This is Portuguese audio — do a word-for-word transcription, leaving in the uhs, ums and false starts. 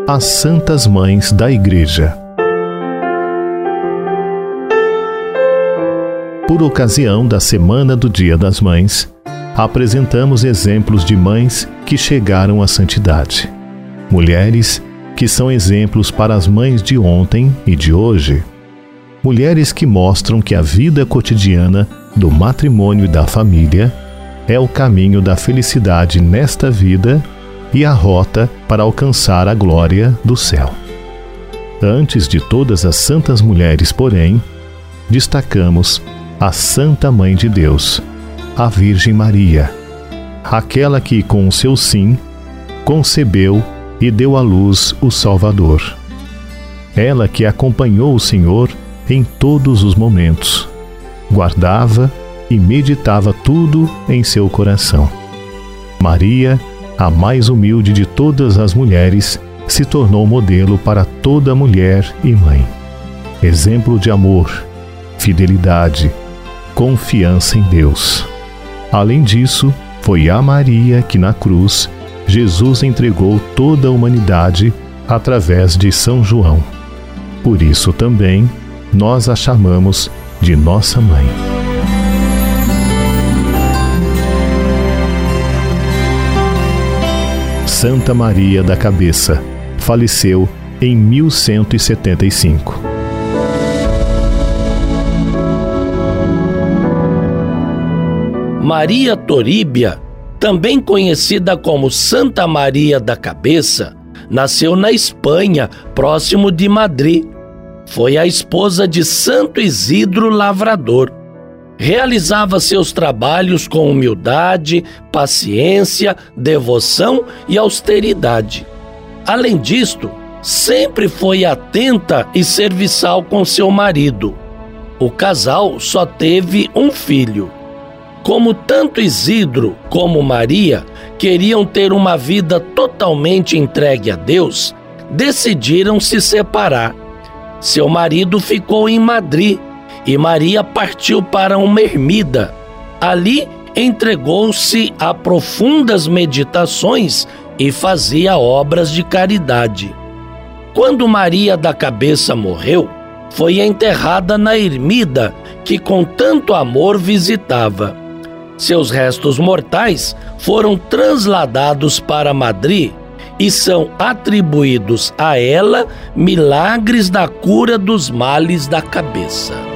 as Santas Mães da Igreja. Por ocasião da Semana do Dia das Mães, apresentamos exemplos de mães que chegaram à santidade. Mulheres que são exemplos para as mães de ontem e de hoje. Mulheres que mostram que a vida cotidiana do matrimônio e da família é o caminho da felicidade nesta vida e a rota para alcançar a glória do céu. Antes de todas as santas mulheres, porém, destacamos a Santa Mãe de Deus, a Virgem Maria, aquela que com o seu sim concebeu e deu à luz o Salvador. Ela que acompanhou o Senhor em todos os momentos, guardava e meditava tudo em seu coração. Maria, a mais humilde de todas as mulheres, se tornou modelo para toda mulher e mãe. Exemplo de amor, fidelidade, confiança em Deus. Além disso, foi a Maria que na cruz Jesus entregou toda a humanidade através de São João. Por isso também nós a chamamos de nossa mãe. Santa Maria da Cabeça faleceu em mil cento e setenta e cinco. Maria Toríbia, também conhecida como Santa Maria da Cabeça, nasceu na Espanha, próximo de Madrid. Foi a esposa de Santo Isidro Lavrador. Realizava seus trabalhos com humildade, paciência, devoção e austeridade. Além disto, sempre foi atenta e serviçal com seu marido. O casal só teve um filho. Como tanto Isidro como Maria queriam ter uma vida totalmente entregue a Deus, decidiram se separar. Seu marido ficou em Madrid e Maria partiu para uma ermida. Ali entregou-se a profundas meditações e fazia obras de caridade. Quando Maria da Cabeça morreu, foi enterrada na ermida que com tanto amor visitava. Seus restos mortais foram transladados para Madrid e são atribuídos a ela milagres da cura dos males da cabeça.